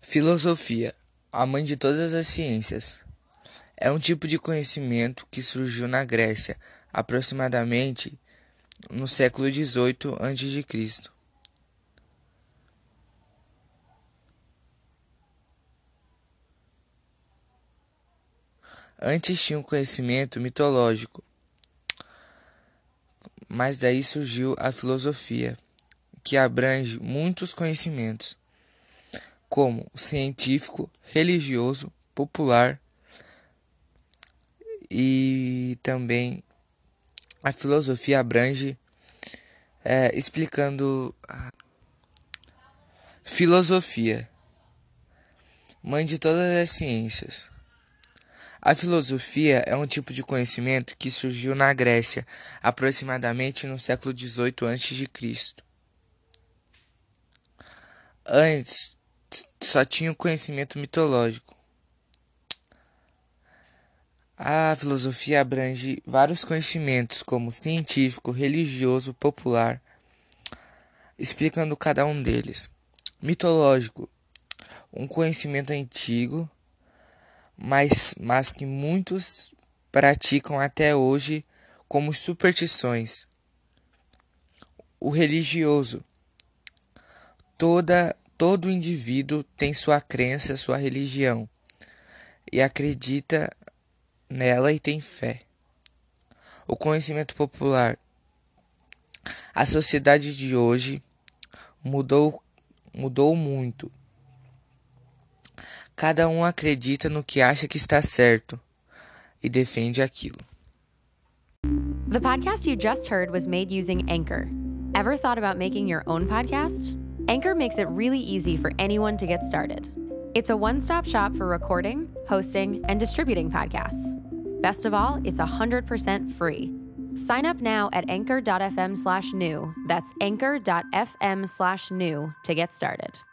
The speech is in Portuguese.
Filosofia, a mãe de todas as ciências, é um tipo de conhecimento que surgiu na Grécia, aproximadamente no século XVIII a.C. Antes tinha um conhecimento mitológico, mas daí surgiu a filosofia, que abrange muitos conhecimentos, como o científico, religioso, popular e também a filosofia abrange explicando a filosofia, mãe de todas as ciências. A filosofia é um tipo de conhecimento que surgiu na Grécia, aproximadamente no século XVIII a.C. Antes, só tinha o conhecimento mitológico. A filosofia abrange vários conhecimentos, como científico, religioso, popular, explicando cada um deles. Mitológico, um conhecimento antigo, mas que muitos praticam até hoje como superstições. O religioso, todo indivíduo tem sua crença, sua religião e acredita nela e tem fé. O conhecimento popular, a sociedade de hoje mudou muito. Cada um acredita no que acha que está certo e defende aquilo. The podcast you just heard was made using Anchor. Ever thought about making your own podcast? Anchor makes it really easy for anyone to get started. It's a one-stop shop for recording, hosting, and distributing podcasts. Best of all, it's 100% free. Sign up now at anchor.fm/new. That's anchor.fm/new to get started.